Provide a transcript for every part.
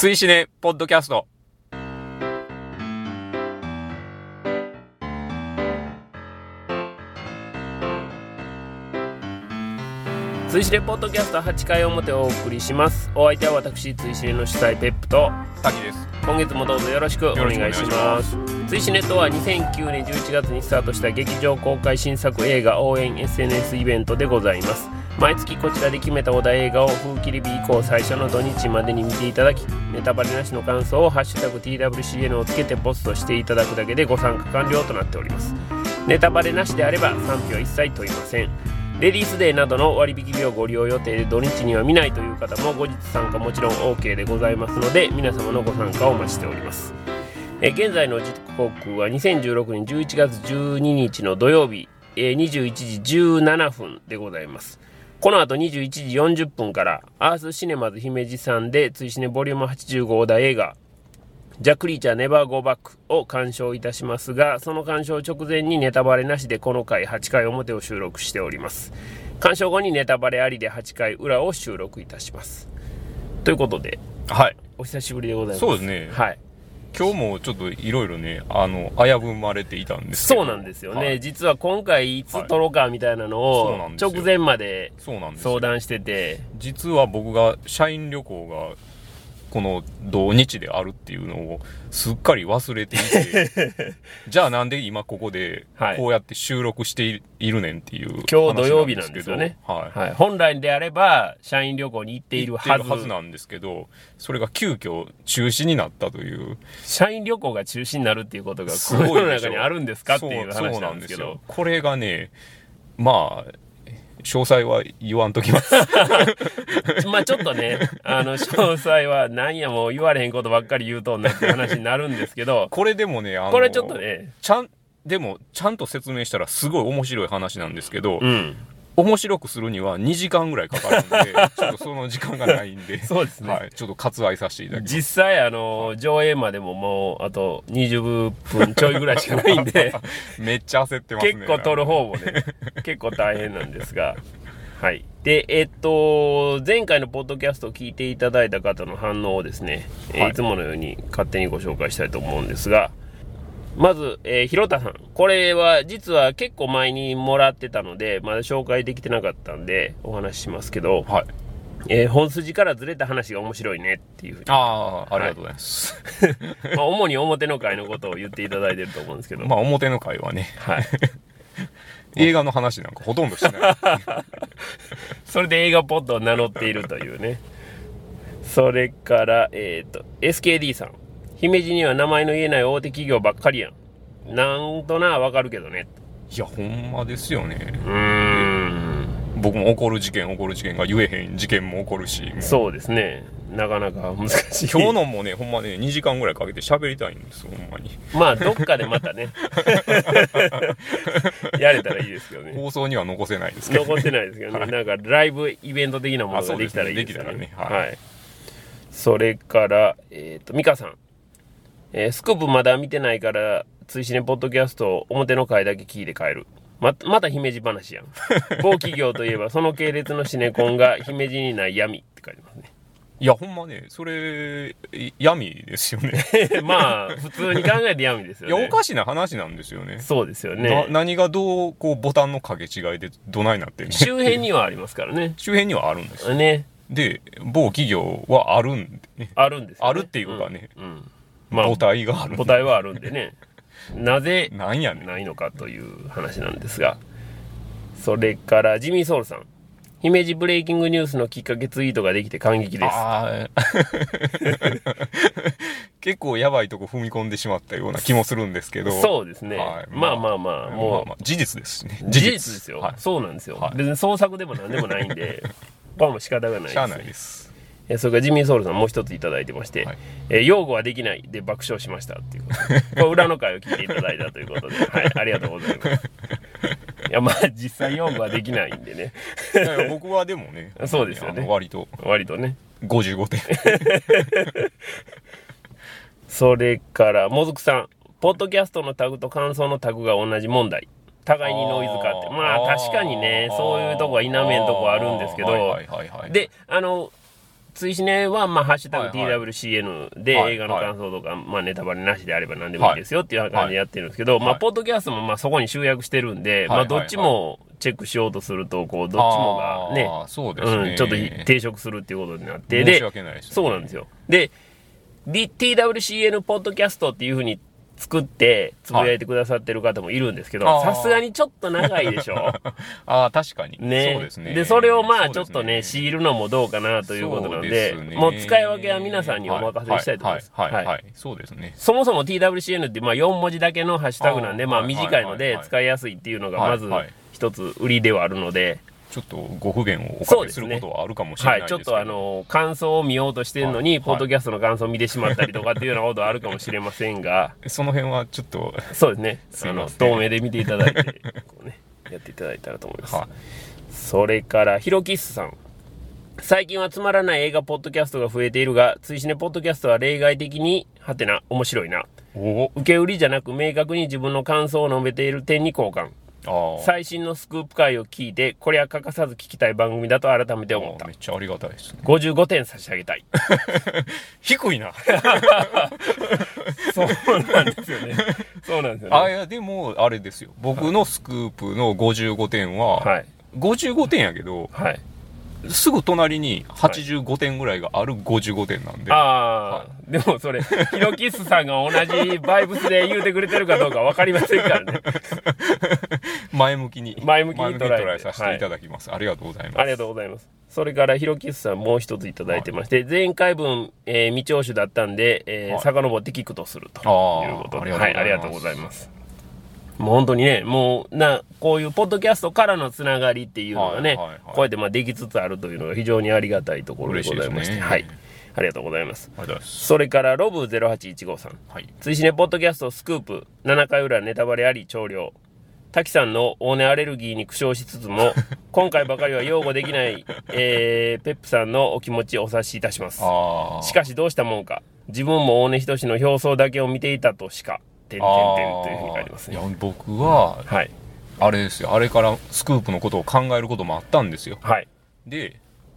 追試ねポッドキャスト。 追試ねポッドキャスト8回表をお送りします。お相手は私追試ねの主催ペップと滝です。 今月もどうぞよろしくお願いします。追試ねとは2009年11月にスタートした劇場公開新作映画応援 SNS イベントでございます。毎月こちらで決めたお題映画を風切り日以降最初の土日までに見ていただき、ネタバレなしの感想をハッシュタグ TWCN をつけてポストしていただくだけでご参加完了となっております。ネタバレなしであれば賛否は一切問いません。レディースデーなどの割引日をご利用予定で土日には見ないという方も後日参加もちろん OK でございますので、皆様のご参加をお待ちしております。現在の時刻は2016年11月12日の土曜日、21時17分でございます。この後21時40分からアースシネマズ姫路さんで追試ねボリューム85オーダー映画ジャクリーチャーネバーゴーバックを鑑賞いたしますが、その鑑賞直前にネタバレなしでこの回8回表を収録しております。鑑賞後にネタバレありで8回裏を収録いたします。ということで、 はい、 お久しぶりでございます。 そうですね、 はい、 今日もちょっといろいろね危ぶまれていたんですけど。 そうなんですよね、 はい、 実は今回いつ撮ろうかみたいなのを直前まで相談してて、 実は僕が社員旅行がこの土日であるっていうのをすっかり忘れていてじゃあなんで今ここでこうやって収録しているねんっていう話なんですけど、 今日土曜日なんですよね、 はいはい、本来であれば社員旅行に行っているはずなんですけど、それが急遽中止になったという。 社員旅行が中止になるっていうことがこの世の中にあるんですかっていう話なんですけど、 そうなんですよ。これがね、まあ詳細は言わんときますまあちょっとね詳細は何やもう言われへんことばっかり言うとんなって話になるんですけどこれでもねこれちょっとねでもちゃんと説明したらすごい面白い話なんですけど、 うん、 面白くするには2時間ぐらいかかるんでちょっとその時間がないんでそうですね、 はい、ちょっと割愛させていただきます。 実際上映までももうあと20分ちょいぐらいしかないんでめっちゃ焦ってますね。 結構撮る方もね結構大変なんですが、はい。で、前回のポッドキャストを聞いていただいた方の反応をですね、はい、いつものように勝手にご紹介したいと思うんですが、まず、広田さん。これは実は結構前にもらってたので、まだ紹介できてなかったんで、お話ししますけど、 はい、 本筋からずれた話が面白いねっていうふうに。 ありがとうございます。 まあ、主に表の回のことを言っていただいてると思うんですけど。 まあ、表の回はね。 はい。 映画の話なんかほとんどしてない。 それで映画ポッドを名乗っているというね。それから、SKD さん。姫路には名前の言えない大手企業ばっかりやん。なんとなわかるけどね。 いや、ほんまですよね。僕も起こる事件が言えへん事件も起こるし。 そうですね。なかなか難しい。 今日のもね、ほんまね、2時間ぐらいかけて喋りたいんです、ほんまに。 まあ、どっかでまたね。やれたらいいですけどね。 放送には残せないですけどね。 残せないですけどね。はい、なんか、ライブイベント的なものができたらいいですよね。 できたらね。 はい。はい、それから、ミカさん。スクープまだ見てないから、追試ねポッドキャスト表の回だけ聞いて帰る。また姫路話やん。某企業といえば、その系列のシネコンが姫路にない闇って書いてますね。 いや、ほんまね、それ、闇ですよね。 まあ、普通に考えて闇ですよね。 いや、おかしな話なんですよね。 そうですよね。 何がどう、こう、ボタンの掛け違いでどないなってんの？ 周辺にはありますからね。 周辺にはあるんですよ。 ね。 で、某企業はあるんでね。 あるんですよ、ね。 あるっていうかね。 まあ、 母体がある。 母体はあるんでね。なぜ、 なんやねん。 ないのかという話なんですが。それから、ジミーソウルさん。姫路ブレイキングニュースのきっかけツイートができて感激です。 結構やばいとこ踏み込んでしまったような気もするんですけど。 そうですね。 はい、 まあ、もう、 事実ですしね。 事実ですよ。 はい、 そうなんですよ。 はい、 別に創作でも何でもないんで、これはもう仕方がないです、ね。 しゃあないです。 それからジミーソウルさんもう一ついただいてまして、はい、擁護はできないで爆笑しましたっていうこれ裏の回を聞いていただいたということで、はい、ありがとうございます。いや、まあ実際擁護はできないんでね。 僕はでもね、 そうですよね。 割とね。 55点。 それからもずくさん、ポッドキャストのタグと感想のタグが同じ問題。互いにノイズ化って、まあ確かにね、そういうとこは否めんとこはあるんですけど、で追試ねは、ハッシュタグ TWCN で映画の感想とか、ネタバレなしであれば何でもいいですよっていう感じでやってるんですけど、ポッドキャストもそこに集約してるんで、どっちもチェックしようとすると、どっちもがね、 そうですね、 ちょっと抵触するっていうことになって、 申し訳ないですね。 そうなんですよ。で、TWCN ポッドキャストっていうふうに作ってつぶやいてくださってる方もいるんですけど、さすがにちょっと長いでしょ。 確かに。 ね。 そうですね。 で、それをちょっとね、強いるのもどうかなということなので、もう使い分けは皆さんにお任せしたいと思います。 はい。そうですね。 そもそも TWCN って4文字だけのハッシュタグなんで、短いので使いやすいっていうのがまず一つ売りではあるので、 ちょっとご不便をおかけすることはあるかもしれないですけど、 ちょっと感想を見ようとしてるのに、ポッドキャストの感想を見てしまったりとかっていうようなことはあるかもしれませんが、 その辺はちょっとそうですね、透明で見ていただいてやっていただいたらと思います。それからヒロキッスさん、最近はつまらない映画ポッドキャストが増えているが、追試ねポッドキャストは例外的に面白いな。受け売りじゃなく明確に自分の感想を述べている点に交換。最新のスクープ回を聞いて、これは欠かさず聞きたい番組だと改めて思った。 めっちゃありがたいですね。 55点差し上げたい。 低いな。 そうなんですよね。そうなんですよね。 いや、でも、あれですよ。僕のスクープの55点は、55点やけど、すぐ隣に85点ぐらいがある55点なんで。 でもそれ、ヒロキスさんが同じバイブスで言うてくれてるかどうか分かりませんからね。 前向きにトライさせていただきます。ありがとうございます。 ありがとうございます。それからヒロキスさんもう一ついただいてまして、前回分、未聴取だったんで、遡って聞くとするということで、ありがとうございます。もう本当にね、こういうポッドキャストからのつながりっていうのがね、こうやってできつつあるというのが非常にありがたいところでございまして、ありがとうございます。それからロブ0815さん、追試ねポッドキャストスクープ7回裏ネタバレあり長領。滝さんの大根アレルギーに苦笑しつつも今回ばかりは擁護できない、ペップさんのお気持ちをお察しいたします。しかしどうしたもんか、自分も大根仁の表層だけを見ていたとしかというふうに書いてますね。 いや、僕は、あれですよ、あれからスクープのことを考えることもあったんですよ。で、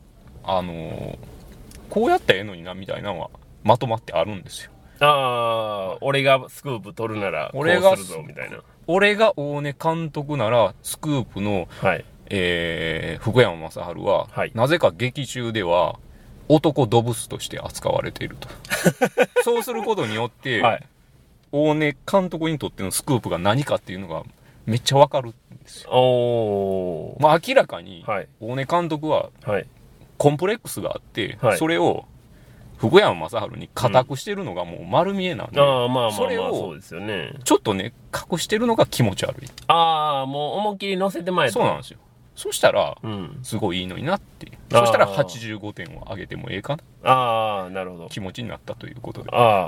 こうやったらええのになみたいなのはまとまってあるんですよ。 俺がスクープ取るならこうするぞみたいな。 俺が大根監督ならスクープの、福山雅治は、なぜか劇中では男ドブスとして扱われていると。そうすることによって、大根監督にとってのスクープが何かっていうのがめっちゃわかるんですよ。明らかに大根監督はコンプレックスがあって、それを福山雅治に固くしてるのがもう丸見えなんで、それをちょっとね隠してるのが気持ち悪い。 もう思いっきり乗せてまいと。 そうなんですよ。そしたら、すごいいいのになっていう。そしたら85点を上げてもええかな。 なるほど。 気持ちになったということで。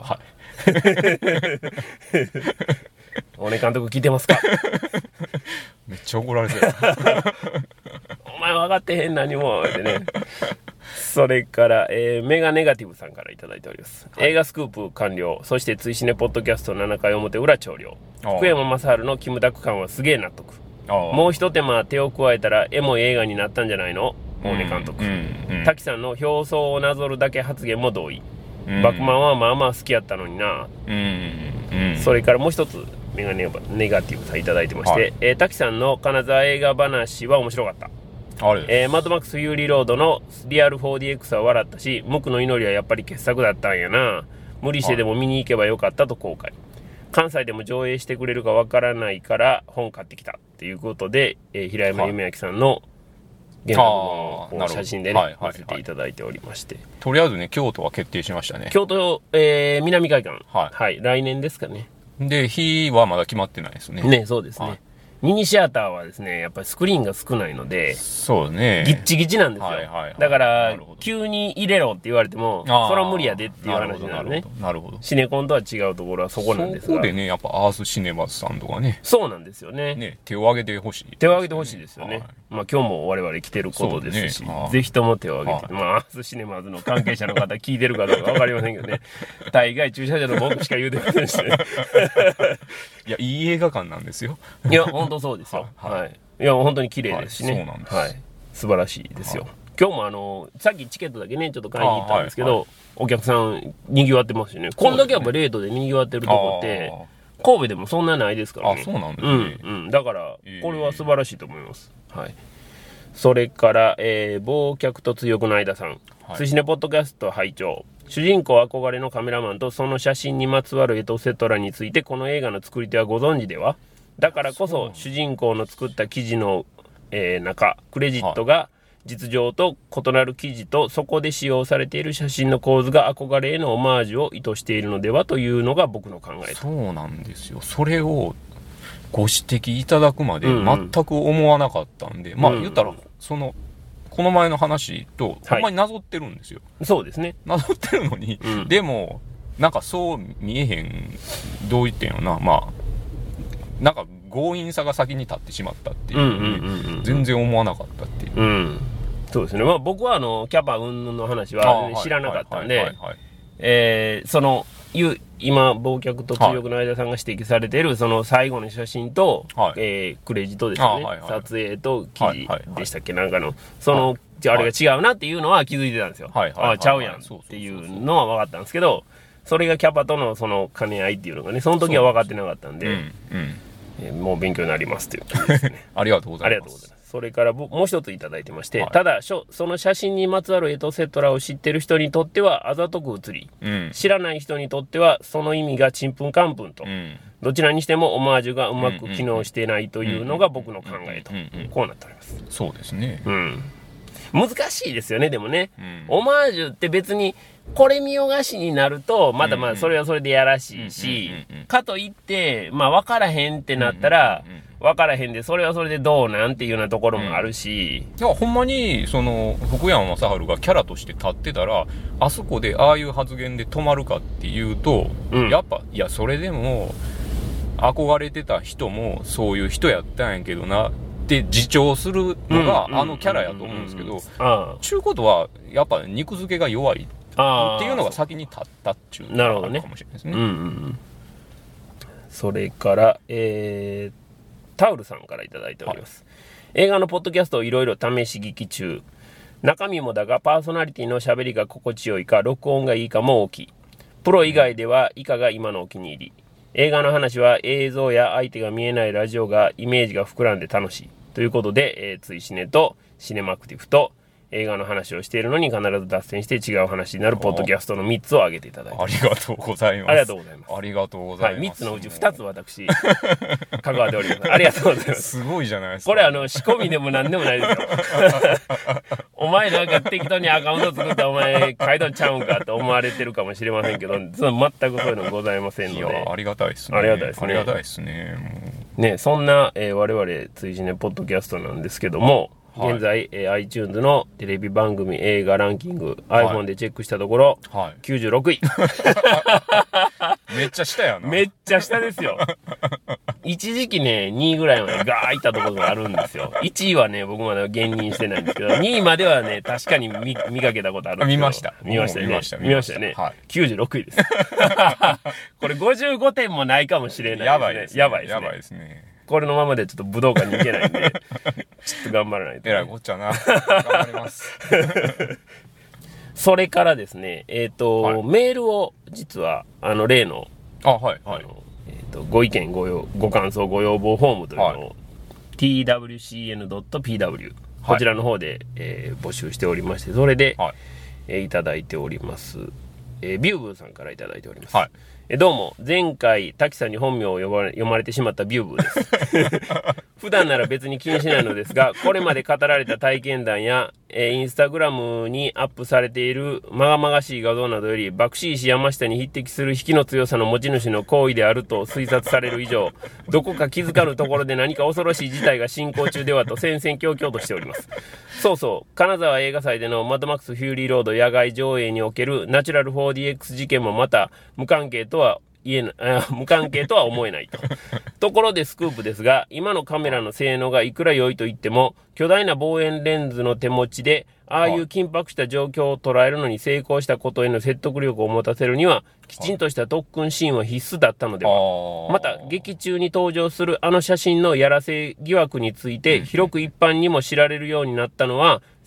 大根監督聞いてますか？ めっちゃ怒られてる。 お前分かってへん何もってね。それから、メガネガティブさんからいただいております。映画スクープ完了。そして追試ねポッドキャスト7回表裏長領。福山雅治のキムタク感はすげえ納得。もう一手間手を加えたらエモい映画になったんじゃないの？大根監督。滝さんの表層をなぞるだけ発言も同意。バクマンはまあまあ好きやったのにな。それからもう一つメガネガティブさんいただいてまして、滝さんの金沢映画話は面白かった。マッドマックスフューリーロードのリアル 4DX は笑ったし、無垢の祈りはやっぱり傑作だったんやな。無理してでも見に行けばよかったと後悔。関西でも上映してくれるかわからないから本買ってきたっていうことで、平山夢明さんの原作本を写真でね載せていただいておりまして、 とりあえずね京都は決定しましたね。 京都、南海岸、来年ですかね。 で日はまだ決まってないですね。 そうですね。ミニシアターはですね、やっぱりスクリーンが少ないので、 そうね。 ギッチギチなんですよ。だから、急に入れろって言われても、それは無理やでっていう話になるね。 なるほど。 シネコンとは違うところはそこなんですが。 そこでね、やっぱアースシネマズさんとかね。 そうなんですよね。 手を挙げてほしい。 手を挙げてほしいですよね。今日も我々来てることですし、ぜひとも手を挙げて、アースシネマズの関係者の方聞いてるかどうかわかりませんけどね。大概駐車場の文句しか言うてませんしね。 いや、いい映画館なんですよ。 いや、本当そうですよ。いや、本当に綺麗ですしね。 そうなんです。 素晴らしいですよ。 今日もさっきチケットだけね、ちょっと買いに行ったんですけど、お客さん賑わってますよね。こんだけやっぱレートで賑わってるとこって、神戸でもそんなないですからね。 そうなんですね。 だから、これは素晴らしいと思います。はい。それから、忘却と追憶の間さん。追試ねポッドキャスト拝聴。主人公憧れのカメラマンとその写真にまつわるエトセトラについてこの映画の作り手はご存知では？だからこそ主人公の作った記事の、中、クレジットが実情と異なる記事とそこで使用されている写真の構図が憧れへのオマージュを意図しているのではというのが僕の考え。 そうなんですよ。それをご指摘いただくまで全く思わなかったんで、まあ言ったらこの前の話とほんまになぞってるんですよ。 そうですね。 なぞってるのに、でもなんかそう見えへん、どう言ってんよな、まあなんか強引さが先に立ってしまったっていう、全然思わなかったっていう。 そうですね。まあ僕はキャパ云々の話は知らなかったんで、今、忘却と追憶の間さんが指摘されている、その最後の写真と、クレジットですよね。撮影と記事でしたっけ、なんかの、あれが違うなっていうのは気づいてたんですよ。ちゃうやんっていうのは分かったんですけど、それがキャパとのその兼ね合いっていうのがね、その時は分かってなかったんで、もう勉強になりますという感じですね。 ありがとうございます。 ありがとうございます。それからもう一ついただいてまして、ただその写真にまつわるエトセトラを知ってる人にとってはあざとく写り、知らない人にとってはその意味がちんぷんかんぷんと、どちらにしてもオマージュがうまく機能していないというのが僕の考えと、こうなっております。 そうですね。 難しいですよね、でもね。オマージュって別にこれ見よがしになるとまだまだそれはそれでやらしいし、かといってまあ分からへんってなったら分からへんで、それはそれでどうなんていうようなところもあるし、 いやほんまに福山雅治がキャラとして立ってたらあそこでああいう発言で止まるかっていうと、やっぱいやそれでも憧れてた人もそういう人やったんやけどなって自重するのがキャラやと思うんですけど、ちゅうことはやっぱ肉付けが弱いっていうのが先に立ったっちゅうのがあるかもしれないですね。 それからタウルさんからいただいております。映画のポッドキャストをいろいろ試し聞き中。中身もだがパーソナリティの喋りが心地よいか録音がいいかも大きい。プロ以外では以下が今のお気に入り。映画の話は映像や相手が見えないラジオがイメージが膨らんで楽しい。ということで、追シネとシネマクティブと映画の話をしているのに必ず脱線して違う話になるポッドキャストの3つを挙げていただいて、 ありがとうございます。 ありがとうございます。 ありがとうございます。 3つのうち2つ私関わっております。ありがとうございます。 すごいじゃないですか。 これ仕込みでも何でもないですよ。お前なんか適当にアカウント作ったお前書いとんちゃうんかと思われてるかもしれませんけど、全くそういうのございませんので。 いやありがたいですね。 ありがたいですね。 ありがたいですね。 ね、そんな、我々追試ねポッドキャストなんですけども、現在、iTunes のテレビ番組映画ランキング、iPhone でチェックしたところ、96位。 めっちゃ下やな。 めっちゃ下ですよ。一時期ね、2位ぐらいまでガーいったところがあるんですよ。1位はね、僕まだ現認してないんですけど、2位まではね、確かに見かけたことあるんですけど。 見ました。 見ましたよね。見ましたよね。96位です。これ55点もないかもしれないですね。 やばいですね。 やばいですね。 やばいですね。 これのままでちょっと武道館に行けないんで、ちょっと頑張らないと、ね。 えらいこっちゃな。頑張ります。 それからですね、メールを実は、例の、ご意見、ご感想、ご要望フォームというのを、twcn.pw、こちらの方で、募集しておりまして、それで、いただいております。ビューブーさんからいただいております。どうも、前回、滝さんに本名を読まれてしまったビューブーです。普段なら別に気にしないのですが、これまで語られた体験談や、インスタグラムにアップされているまがまがしい画像などより、バクシー氏山下に匹敵する引きの強さの持ち主の行為であると推察される以上、どこか気づかぬところで何か恐ろしい事態が進行中ではと戦々恐々としております。そうそう、金沢映画祭でのマッドマックスフューリーロード野外上映におけるナチュラル 4DX 事件もまた無関係とは思えないと。ところでスクープですが、今のカメラの性能がいくら良いと言っても、巨大な望遠レンズの手持ちで、ああいう緊迫した状況を捉えるのに成功したことへの説得力を持たせるには、きちんとした特訓シーンは必須だったのでは。また、劇中に登場するあの写真のやらせ疑惑について、広く一般にも知られるようになったのは、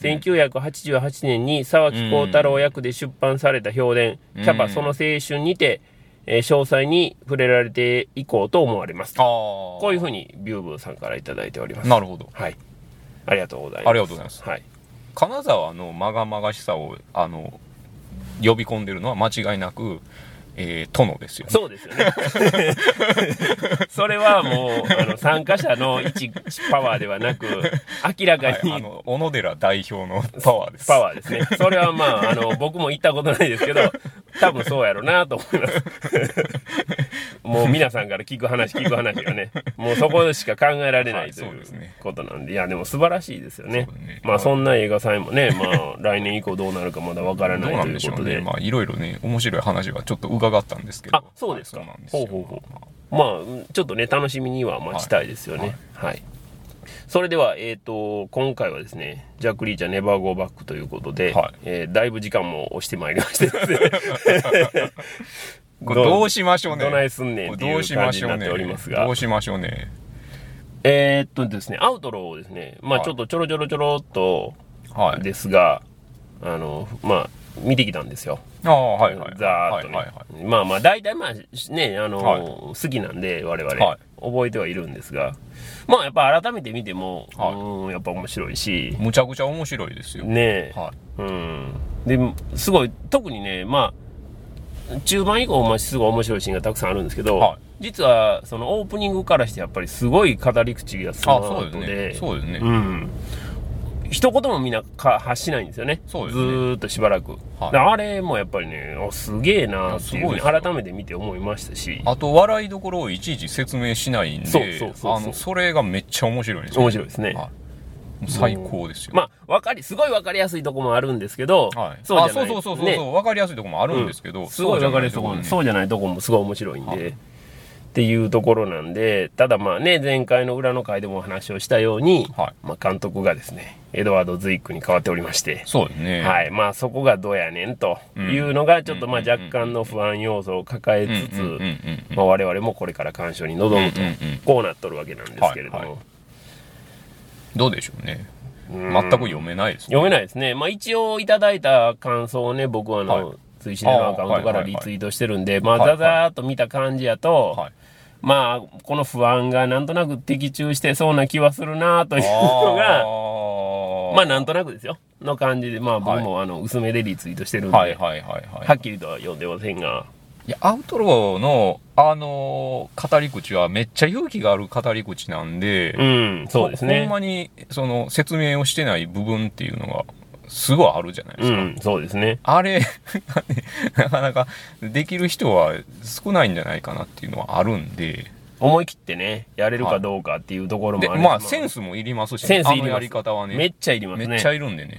1988年に沢木耕太郎役で出版された評伝、キャパその青春にて、詳細に触れられていこうと思われます。こういうふうにビューブーさんからいただいております。 なるほど。 はい。ありがとうございます。 ありがとうございます。 はい。 金沢のまがまがしさを呼び込んでるのは間違いなく、殿ですよね。 そうですよね。それはもう参加者の一パワーではなく、明らかに、 はい、小野寺代表のパワーです。 パワーですね。それはまあ僕も言ったことないですけど、多分そうやろうなと思います。もう皆さんから聞く話がね、もうそこしか考えられないということなんで、いやでも素晴らしいですよね。まあそんな映画祭もね、まあ来年以降どうなるかまだわからないということで。 まあいろいろね、面白い話はちょっと伺ったんですけど。 あ、そうですか。ほうほうほう。まあちょっとね、楽しみには待ちたいですよね。はい。それでは、今回はですね、ジャック・リーチャーネバーゴーバックということで、だいぶ時間も押してまいりましてですね。 どうしましょうね。 どないすんねんっていう感じになっておりますが。 どうしましょうね。 ですね、アウトローをですね、まあちょっとちょろっとですが、まあ見てきたんですよ。ざーっとね。まあまあ大体まあね、好きなんで我々、覚えてはいるんですが、まあやっぱ改めて見ても、やっぱ面白いし。 むちゃくちゃ面白いですよ。 ねえ。で、すごい、特にね、まあ、中盤以降すごい面白いシーンがたくさんあるんですけど、実はそのオープニングからしてやっぱりすごい語り口がスマートで、 そうですね。 一言もみんな発しないんですよね。ずーっとしばらく。あれもやっぱりね、すげえなっていうふうに改めて見て思いましたし。 あと笑いどころをいちいち説明しないんで、それがめっちゃ面白いですね。 面白いですね。 最高ですよ。 まあ、すごい分かりやすいとこもあるんですけど、 そう分かりやすいとこもあるんですけど、 すごい分かりやすいとこも、そうじゃないとこもすごい面白いんで、っていうところなんで、ただまあね、前回の裏の回でもお話をしたように、まあ監督がですね、エドワード・ズイックに変わっておりまして、 そうですね。 はい、まあそこがどうやねんというのが、ちょっとまあ若干の不安要素を抱えつつ、まあ我々もこれから鑑賞に臨むと、こうなっとるわけなんですけれども。 どうでしょうね。全く読めないですね。 読めないですね。まあ一応いただいた感想をね、僕は追試のアカウントからリツイートしてるんで、まあざざーっと見た感じやと、まあこの不安がなんとなく的中してそうな気はするなというのが、まあなんとなくですよ。の感じで、まあ僕も薄めでリツイートしてるんで、はっきりとは読んでませんが。 いや、アウトローの、語り口はめっちゃ勇気がある語り口なんで、 そうですね。 ほんまに、説明をしてない部分っていうのが、すごいあるじゃないですか。 そうですね。 あれ、なかなかできる人は少ないんじゃないかなっていうのはあるんで、 思い切ってね、やれるかどうかっていうところもある。 まあ、センスもいりますし、 センスいります。 やり方はね。 めっちゃいりますね。 めっちゃいるんでね。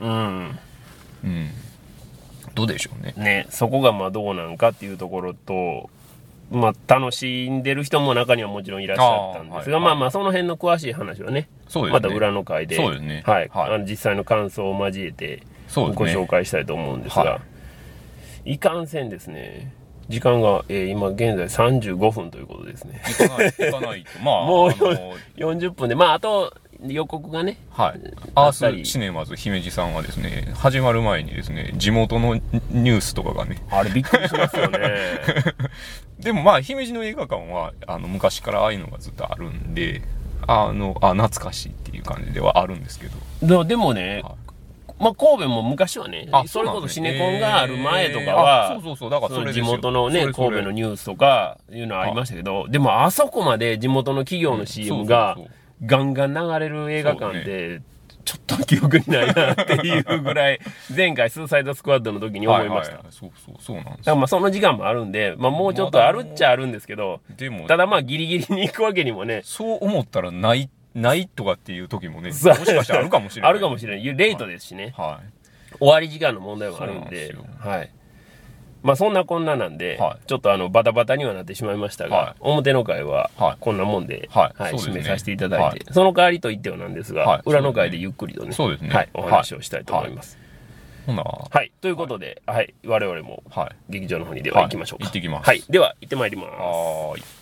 どうでしょうね。 ね、そこがまあどうなんかっていうところと、まあ楽しんでる人も中にはもちろんいらっしゃったんですが、まあまあその辺の詳しい話はね、また裏の回で、実際の感想を交えてご紹介したいと思うんですが、いかんせんですね、時間が、今現在35分ということですね。 いかないと。まあ、 もう40分で、まああと、予告がね。 アースシネマズ姫路さんはですね、始まる前にですね、地元のニュースとかがね。 あれびっくりしますよね。 でもまあ、姫路の映画館は、昔からああいうのがずっとあるんで、懐かしいっていう感じではあるんですけど。でもね、まあ、神戸も昔はね、それこそシネコンがある前とかは、 だからそれ地元のね、神戸のニュースとかいうのはありましたけど、でもあそこまで地元の企業の CM が、ガンガン流れる映画館って、ちょっと記憶にないなっていうぐらい、前回スーサイドスクワッドの時に思いました。 そうなんです。だからまあその時間もあるんで、まあもうちょっとあるっちゃあるんですけど、ただまあギリギリに行くわけにもね。 そう思ったらないとかっていう時もね、もしかしたらあるかもしれない。 あるかもしれない。レイトですしね。終わり時間の問題もあるんで、まあそんなこんななんで、ちょっとバタバタにはなってしまいましたが、表の会はこんなもんで、締めさせていただいて、その代わりと言ってはなんですが、裏の会でゆっくりとね、お話をしたいと思います。はい。ということで、我々も劇場の方にでは行きましょうか。 行ってきます。 はい。では行ってまいります。 はい。